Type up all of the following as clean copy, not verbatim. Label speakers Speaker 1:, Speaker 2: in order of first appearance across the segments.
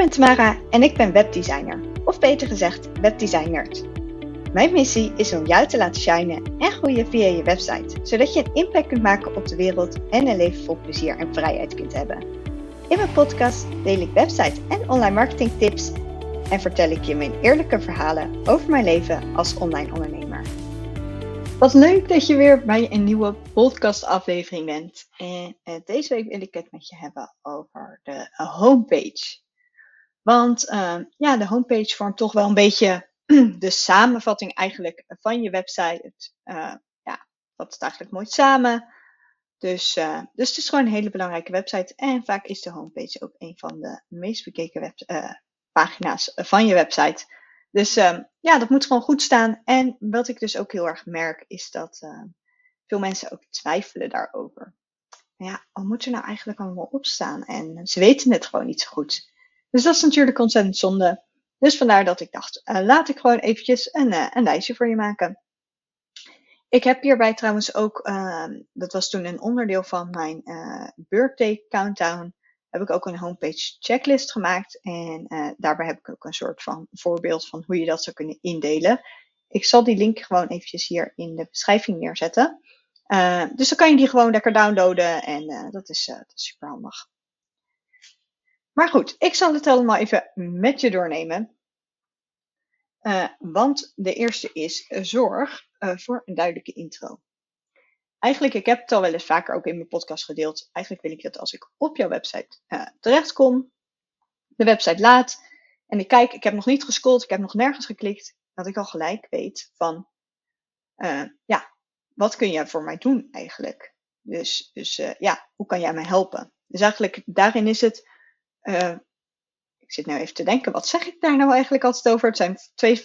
Speaker 1: ben Tamara en ik ben webdesigner, of beter gezegd webdesignnerd. Mijn missie is om jou te laten shinen en groeien via je website, zodat je een impact kunt maken op de wereld en een leven vol plezier en vrijheid kunt hebben. In mijn podcast deel ik website en online marketing tips en vertel ik je mijn eerlijke verhalen over mijn leven als online ondernemer. Wat leuk dat je weer bij een nieuwe podcastaflevering bent. En deze week wil ik het met je hebben over de homepage. Want de homepage vormt toch wel een beetje de samenvatting eigenlijk van je website. Vat het eigenlijk mooi samen. Dus het is gewoon een hele belangrijke website. En vaak is de homepage ook een van de meest bekeken pagina's van je website. Dus dat moet gewoon goed staan. En wat ik dus ook heel erg merk is dat veel mensen ook twijfelen daarover. Ja, wat moet er nou eigenlijk allemaal op staan? En ze weten het gewoon niet zo goed. Dus dat is natuurlijk ontzettend zonde. Dus vandaar dat ik dacht, laat ik gewoon eventjes een lijstje voor je maken. Ik heb hierbij trouwens ook, dat was toen een onderdeel van mijn birthday countdown, heb ik ook een homepage checklist gemaakt. En daarbij heb ik ook een soort van voorbeeld van hoe je dat zou kunnen indelen. Ik zal die link gewoon eventjes hier in de beschrijving neerzetten. Dus dan kan je die gewoon lekker downloaden en dat is super handig. Maar goed, ik zal het allemaal even met je doornemen. Want de eerste is zorg voor een duidelijke intro. Eigenlijk, ik heb het al wel eens vaker ook in mijn podcast gedeeld. Eigenlijk wil ik dat als ik op jouw website terechtkom, de website laat en ik kijk, ik heb nog niet gescrolld, ik heb nog nergens geklikt, dat ik al gelijk weet van, wat kun jij voor mij doen eigenlijk? Dus hoe kan jij mij helpen? Dus eigenlijk, daarin is het, ik zit nou even te denken, wat zeg ik daar nou eigenlijk altijd over? Het zijn twee,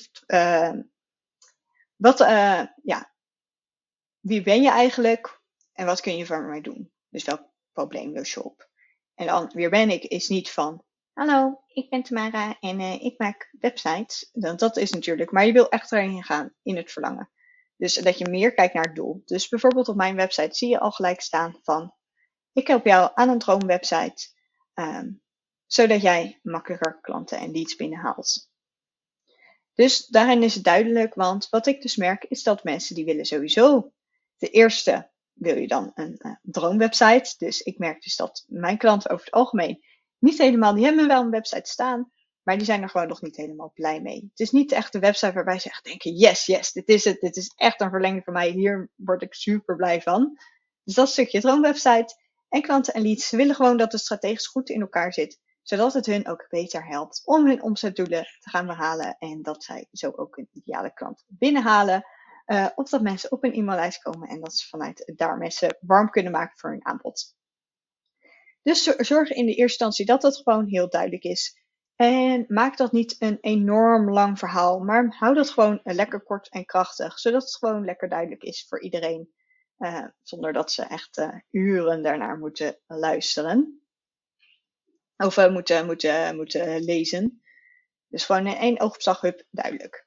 Speaker 1: wie ben je eigenlijk en wat kun je voor mij doen? Dus welk probleem los je op? En dan, wie ben ik, is niet van, hallo, ik ben Tamara en ik maak websites. Dat is natuurlijk, maar je wil echt erin gaan in het verlangen. Dus dat je meer kijkt naar het doel. Dus bijvoorbeeld op mijn website zie je al gelijk staan van, ik help jou aan een droomwebsite, zodat jij makkelijker klanten en leads binnenhaalt. Dus daarin is het duidelijk, want wat ik dus merk is dat mensen die willen sowieso, de eerste wil je dan een droomwebsite. Dus ik merk dus dat mijn klanten over het algemeen niet helemaal, die hebben wel een website staan, maar die zijn er gewoon nog niet helemaal blij mee. Het is niet echt een website waarbij ze echt denken, yes, dit is het, dit is echt een verlenging van mij, hier word ik super blij van. Dus dat stukje droomwebsite en klanten en leads willen gewoon dat het strategisch goed in elkaar zit, zodat het hun ook beter helpt om hun omzetdoelen te gaan behalen en dat zij zo ook een ideale klant binnenhalen. Of dat mensen op een e-maillijst komen en dat ze vanuit daar mensen warm kunnen maken voor hun aanbod. Dus zorg in de eerste instantie dat dat gewoon heel duidelijk is. En maak dat niet een enorm lang verhaal, maar hou dat gewoon lekker kort en krachtig, zodat het gewoon lekker duidelijk is voor iedereen. Zonder dat ze echt uren daarnaar moeten luisteren. Of moeten lezen. Dus gewoon in één oogopslag, duidelijk.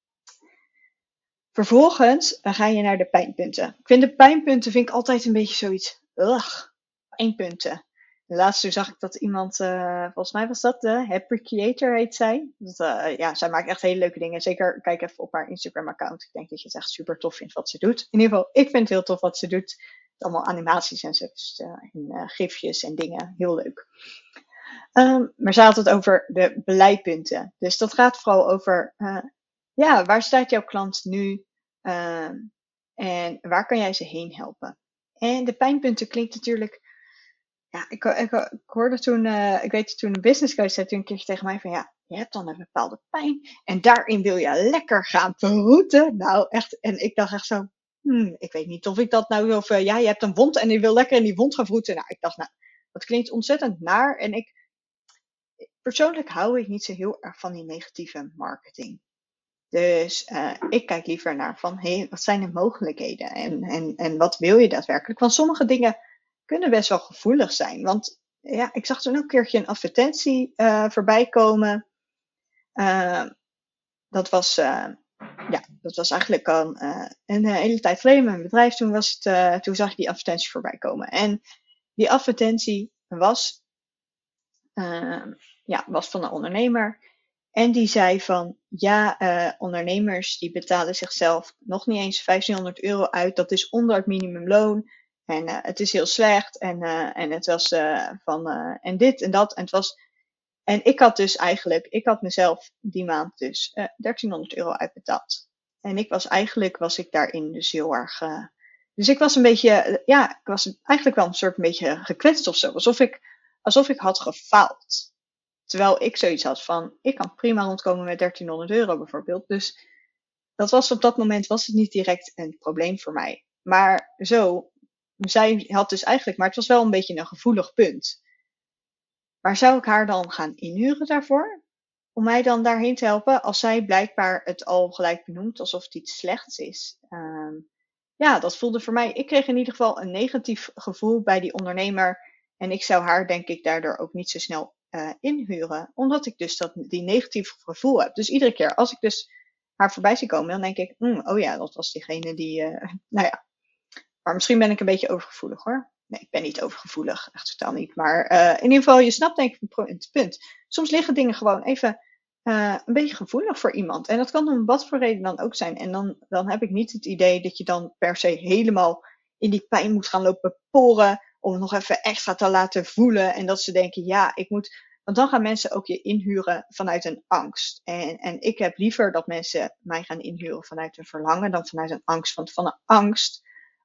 Speaker 1: Vervolgens ga je naar de pijnpunten. Ik vind de pijnpunten altijd een beetje zoiets. Pijnpunten. De laatste zag ik dat iemand, volgens mij was dat de Happy Creator heet zij. Zij maakt echt hele leuke dingen. Zeker kijk even op haar Instagram account. Ik denk dat je het echt super tof vindt wat ze doet. In ieder geval, ik vind het heel tof wat ze doet. Allemaal animaties en zo. En gifjes en dingen. Heel leuk. Maar ze had het over de beleidpunten. Dus dat gaat vooral over, waar staat jouw klant nu? En waar kan jij ze heen helpen? En de pijnpunten klinkt natuurlijk, ik hoorde toen, ik weet toen een business coach zei toen een keertje tegen mij van, je hebt dan een bepaalde pijn en daarin wil je lekker gaan verroeten. Nou echt, en ik dacht echt zo, ik weet niet of ik dat nou, of je hebt een wond en je wil lekker in die wond gaan vroeten. Nou, ik dacht, dat klinkt ontzettend naar en persoonlijk hou ik niet zo heel erg van die negatieve marketing. Dus ik kijk liever naar van, wat zijn de mogelijkheden en wat wil je daadwerkelijk? Want sommige dingen kunnen best wel gevoelig zijn. Want ik zag toen ook een keertje een advertentie voorbij komen. Dat was eigenlijk al een hele tijd geleden met mijn bedrijf. Toen zag ik die advertentie voorbij komen. En die advertentie was was van een ondernemer. En die zei van, ondernemers die betalen zichzelf nog niet eens €1500 uit. Dat is onder het minimumloon. En het is heel slecht. En het was en dit en dat. En ik had mezelf die maand dus €1300 uitbetaald. En was ik daarin dus heel erg. Dus ik was een beetje, ik was eigenlijk wel een beetje gekwetst of zo. Alsof ik had gefaald. Terwijl ik zoiets had van, ik kan prima rondkomen met €1300 bijvoorbeeld. Dus op dat moment was het niet direct een probleem voor mij. Maar zij had dus eigenlijk, maar het was wel een beetje een gevoelig punt. Maar zou ik haar dan gaan inhuren daarvoor? Om mij dan daarheen te helpen, als zij blijkbaar het al gelijk benoemt alsof het iets slechts is. Dat voelde voor mij, ik kreeg in ieder geval een negatief gevoel bij die ondernemer. En ik zou haar denk ik daardoor ook niet zo snel inhuren. Omdat ik dus die negatief gevoel heb. Dus iedere keer als ik dus haar voorbij zie komen, dan denk ik, oh ja, dat was diegene die, nou ja. Maar misschien ben ik een beetje overgevoelig hoor. Nee, ik ben niet overgevoelig, echt totaal niet. Maar in ieder geval, je snapt denk ik het punt. Soms liggen dingen gewoon even een beetje gevoelig voor iemand. En dat kan om wat voor reden dan ook zijn. En dan heb ik niet het idee dat je dan per se helemaal in die pijn moet gaan lopen poren. Om het nog even extra te laten voelen. En dat ze denken, ja, ik moet. Want dan gaan mensen ook je inhuren vanuit een angst. En ik heb liever dat mensen mij gaan inhuren vanuit een verlangen dan vanuit een angst. Want van een angst,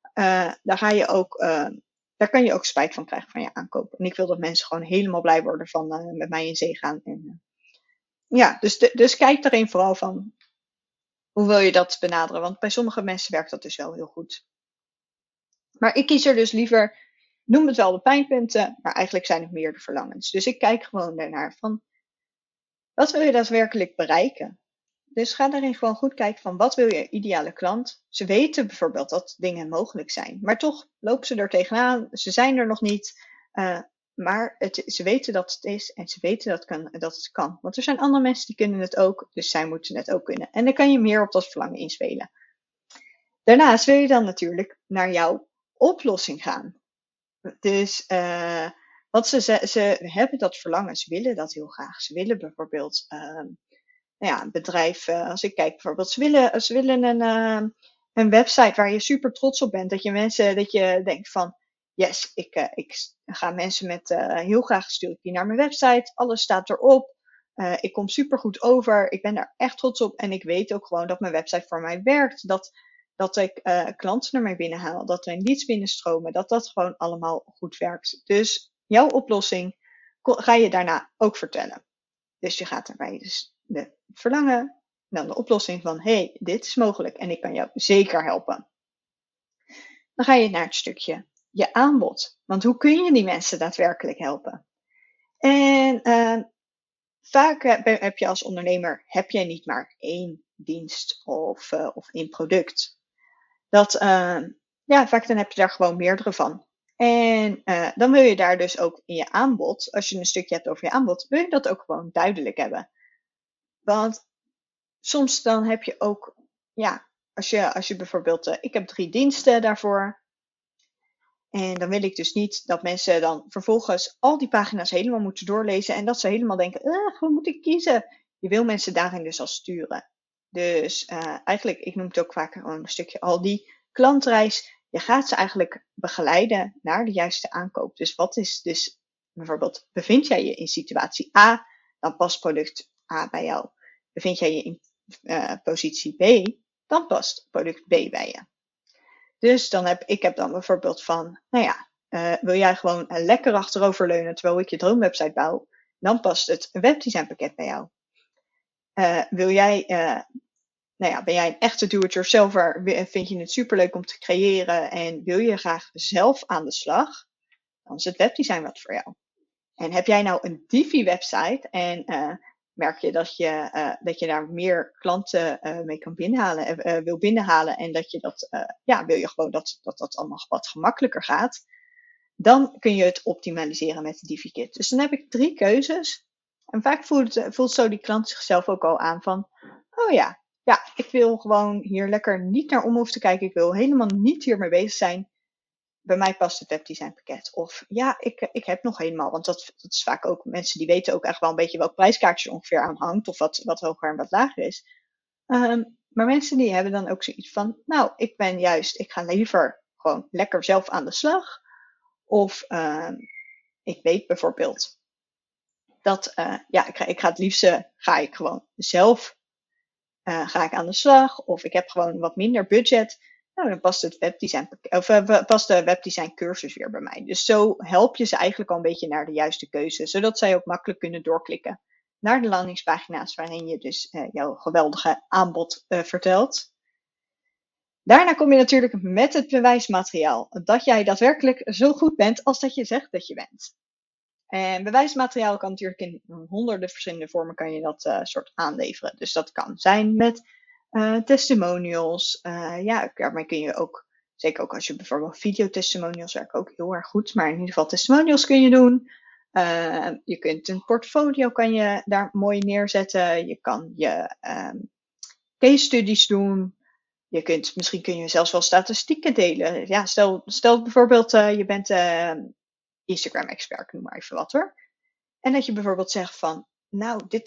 Speaker 1: daar kan je ook spijt van krijgen van je aankoop. En ik wil dat mensen gewoon helemaal blij worden van met mij in zee gaan. En, dus kijk daarin vooral van, hoe wil je dat benaderen? Want bij sommige mensen werkt dat dus wel heel goed. Maar ik kies er dus liever, noem het wel de pijnpunten, maar eigenlijk zijn het meer de verlangens. Dus ik kijk gewoon daarnaar van, wat wil je daadwerkelijk bereiken? Dus ga daarin gewoon goed kijken van, wat wil je ideale klant? Ze weten bijvoorbeeld dat dingen mogelijk zijn, maar toch lopen ze er tegenaan. Ze zijn er nog niet, maar ze weten dat het is en ze weten dat het kan. Want er zijn andere mensen die kunnen het ook, dus zij moeten het ook kunnen. En dan kan je meer op dat verlangen inspelen. Daarnaast wil je dan natuurlijk naar jouw oplossing gaan. Dus, want ze hebben dat verlangen, ze willen dat heel graag. Ze willen bijvoorbeeld, een bedrijf, als ik kijk bijvoorbeeld, ze willen een website waar je super trots op bent. Dat je denkt van, yes, ik ga mensen met, heel graag stuur ik die naar mijn website. Alles staat erop. Ik kom super goed over. Ik ben daar echt trots op. En ik weet ook gewoon dat mijn website voor mij werkt. Dat ik klanten naar mij binnenhaal. Dat mijn leads binnenstromen. Dat gewoon allemaal goed werkt. Dus jouw oplossing ga je daarna ook vertellen. Dus je gaat daarbij dus de verlangen, dan de oplossing van, hey, dit is mogelijk en ik kan jou zeker helpen. Dan ga je naar het stukje je aanbod. Want hoe kun je die mensen daadwerkelijk helpen? En vaak heb je als ondernemer niet maar één dienst of één product. Vaak dan heb je daar gewoon meerdere van. En dan wil je daar dus ook in je aanbod, als je een stukje hebt over je aanbod, wil je dat ook gewoon duidelijk hebben. Want soms dan heb je ook, als je bijvoorbeeld, ik heb 3 diensten daarvoor. En dan wil ik dus niet dat mensen dan vervolgens al die pagina's helemaal moeten doorlezen. En dat ze helemaal denken, wat moet ik kiezen? Je wil mensen daarin dus al sturen. Dus eigenlijk, ik noem het ook vaak gewoon een stukje al die klantreis. Je gaat ze eigenlijk begeleiden naar de juiste aankoop. Dus wat is dus bijvoorbeeld, bevind jij je in situatie A, dan past product A bij jou. Bevind jij je in positie B, dan past product B bij je. Dus ik heb dan bijvoorbeeld van, wil jij gewoon lekker achteroverleunen terwijl ik je droomwebsite bouw, dan past het webdesignpakket bij jou. Ben jij een echte do-it-yourselfer, vind je het superleuk om te creëren en wil je graag zelf aan de slag, dan is het webdesign wat voor jou. En heb jij nou een Divi-website en merk je dat je daar meer klanten mee kan binnenhalen, wil binnenhalen en dat je wil je gewoon dat allemaal wat gemakkelijker gaat, dan kun je het optimaliseren met de Divi-kit. Dus dan heb ik 3 keuzes. En vaak voelt zo die klant zichzelf ook al aan van, oh ja, ik wil gewoon hier lekker niet naar om hoeven te kijken. Ik wil helemaal niet hiermee bezig zijn. bij mij past het webdesign pakket. Of ja, ik heb nog helemaal, want dat is vaak ook mensen die weten ook echt wel een beetje welk prijskaartje ongeveer aan hangt. Of wat hoger en wat lager is. Maar mensen die hebben dan ook zoiets van, nou, ik ga liever gewoon lekker zelf aan de slag. Of ik weet bijvoorbeeld dat, ik ga het liefste, ga ik gewoon zelf ga ik aan de slag. Of ik heb gewoon wat minder budget. Nou, dan past past de webdesign cursus weer bij mij. Dus zo help je ze eigenlijk al een beetje naar de juiste keuze. Zodat zij ook makkelijk kunnen doorklikken naar de landingspagina's waarin je dus jouw geweldige aanbod vertelt. Daarna kom je natuurlijk met het bewijsmateriaal. Dat jij daadwerkelijk zo goed bent als dat je zegt dat je bent. En bewijsmateriaal kan natuurlijk in honderden verschillende vormen kan je dat soort aanleveren. Dus dat kan zijn met testimonials. Daarmee kun je ook, zeker ook als je bijvoorbeeld videotestimonials werken ook heel erg goed. Maar in ieder geval testimonials kun je doen. Je kunt een portfolio kan je daar mooi neerzetten. Je kan je case studies doen. Misschien kun je zelfs wel statistieken delen. Ja, stel bijvoorbeeld je bent Instagram-expert, ik noem maar even wat hoor. En dat je bijvoorbeeld zegt van, nou, dit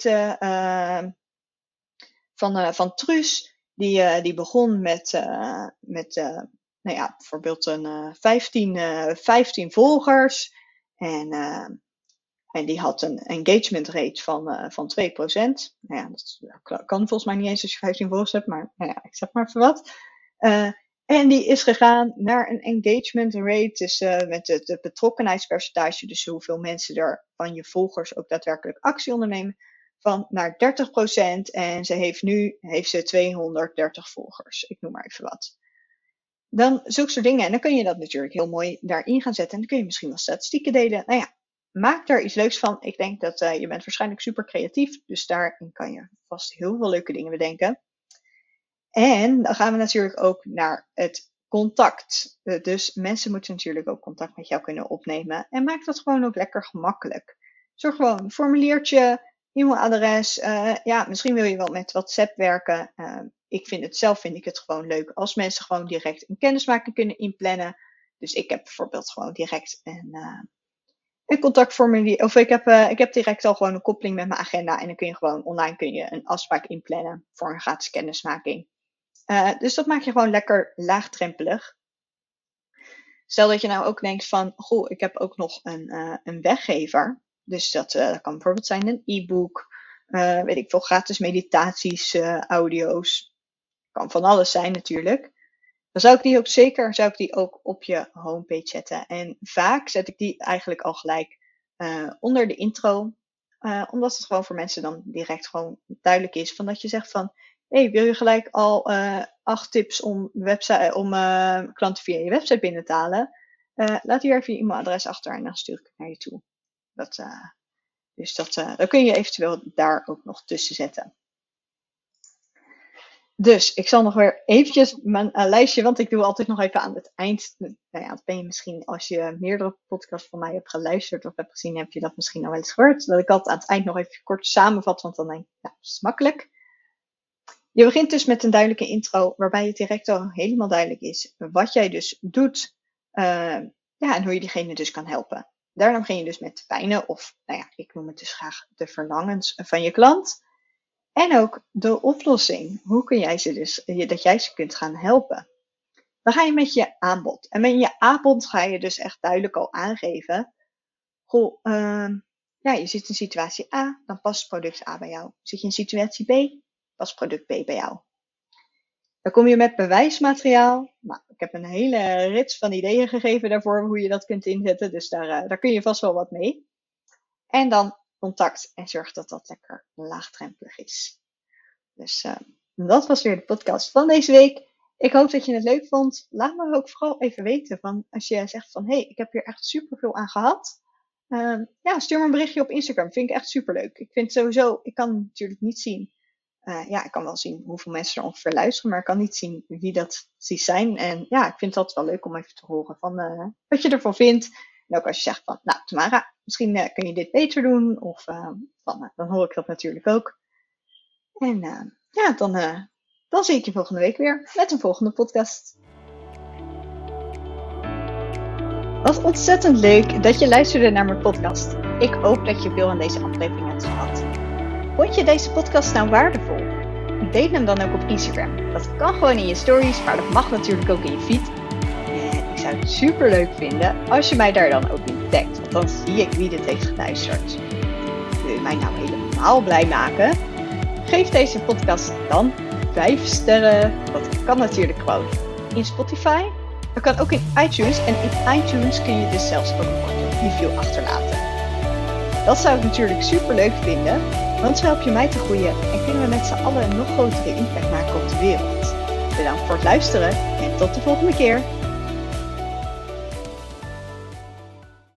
Speaker 1: van Truus, die begon met bijvoorbeeld een 15 volgers. En die had een engagement rate van 2%. Nou ja, dat kan volgens mij niet eens als je 15 volgers hebt, maar nou ja, ik zeg maar even wat. En die is gegaan naar een engagement rate, dus met het betrokkenheidspercentage, dus hoeveel mensen er van je volgers ook daadwerkelijk actie ondernemen, van naar 30%. En ze heeft ze 230 volgers. Ik noem maar even wat. Dan zulke soort dingen. En dan kun je dat natuurlijk heel mooi daarin gaan zetten. En dan kun je misschien wel statistieken delen. Nou ja, maak daar iets leuks van. Ik denk dat je bent waarschijnlijk super creatief. Dus daarin kan je vast heel veel leuke dingen bedenken. En dan gaan we natuurlijk ook naar het contact. Dus mensen moeten natuurlijk ook contact met jou kunnen opnemen. En maak dat gewoon ook lekker gemakkelijk. Zorg gewoon een formuliertje, e-mailadres. Misschien wil je wel met WhatsApp werken. Vind ik het gewoon leuk als mensen gewoon direct een kennismaking kunnen inplannen. Dus ik heb bijvoorbeeld gewoon direct een contactformulier. Of ik heb direct al gewoon een koppeling met mijn agenda. En dan kun je gewoon online een afspraak inplannen voor een gratis kennismaking. Dus dat maak je gewoon lekker laagdrempelig. Stel dat je nou ook denkt van, goh, ik heb ook nog een weggever. Dus dat kan bijvoorbeeld zijn een e-book, weet ik veel, gratis meditaties, audio's. Kan van alles zijn natuurlijk. Dan zou ik die ook op je homepage zetten. En vaak zet ik die eigenlijk al gelijk onder de intro. Omdat het gewoon voor mensen dan direct gewoon duidelijk is. Van dat je zegt van, hey, wil je gelijk al 8 tips om klanten via je website binnen te halen? Laat hier even je e-mailadres achter en dan stuur ik het naar je toe. Dat kun je eventueel daar ook nog tussen zetten. Dus ik zal nog weer eventjes mijn lijstje, want ik doe altijd nog even aan het eind. Nou ja, dat ben je misschien, als je meerdere podcasts van mij hebt geluisterd of hebt gezien, heb je dat misschien al wel eens gehoord. Dat ik altijd aan het eind nog even kort samenvat, want dan denk ik, nou, dat is makkelijk. Je begint dus met een duidelijke intro, waarbij het direct al helemaal duidelijk is wat jij dus doet. En hoe je diegene dus kan helpen. Daarna begin je dus met de pijnen, of ik noem het dus graag de verlangens van je klant. En ook de oplossing. Hoe kun jij dat jij ze kunt gaan helpen? Dan ga je met je aanbod. En met je aanbod ga je dus echt duidelijk al aangeven. Goh, je zit in situatie A, dan past product A bij jou. Zit je in situatie B, past product B bij jou. Dan kom je met bewijsmateriaal. Nou, ik heb een hele rits van ideeën gegeven daarvoor hoe je dat kunt inzetten. Dus daar kun je vast wel wat mee. En dan contact en zorg dat dat lekker laagdrempelig is. Dus dat was weer de podcast van deze week. Ik hoop dat je het leuk vond. Laat me ook vooral even weten van als je zegt van hey, ik heb hier echt superveel aan gehad. Stuur me een berichtje op Instagram. Vind ik echt superleuk. Ik vind sowieso, ik kan natuurlijk niet zien. Ik kan wel zien hoeveel mensen er ongeveer luisteren, maar ik kan niet zien wie dat precies zijn. En ik vind het altijd wel leuk om even te horen van wat je ervan vindt. En ook als je zegt van, nou Tamara, misschien kun je dit beter doen. Of dan hoor ik dat natuurlijk ook. En dan zie ik je volgende week weer met een volgende podcast. Wat ontzettend leuk dat je luisterde naar mijn podcast. Ik hoop dat je veel aan deze aflevering hebt gehad. Vond je deze podcast nou waardevol? Deel hem dan ook op Instagram. Dat kan gewoon in je stories, maar dat mag natuurlijk ook in je feed. En ik zou het super leuk vinden als je mij daar dan ook in tagt, want dan zie ik wie dit heeft geluisterd. Wil je mij nou helemaal blij maken? Geef deze podcast dan 5 sterren. Dat kan natuurlijk gewoon in Spotify. Dat kan ook in iTunes. En in iTunes kun je dus zelfs ook nog een review achterlaten. Dat zou ik natuurlijk super leuk vinden. Want zo help je mij te groeien. En kunnen we met z'n allen een nog grotere impact maken op de wereld. Bedankt voor het luisteren. En tot de volgende keer.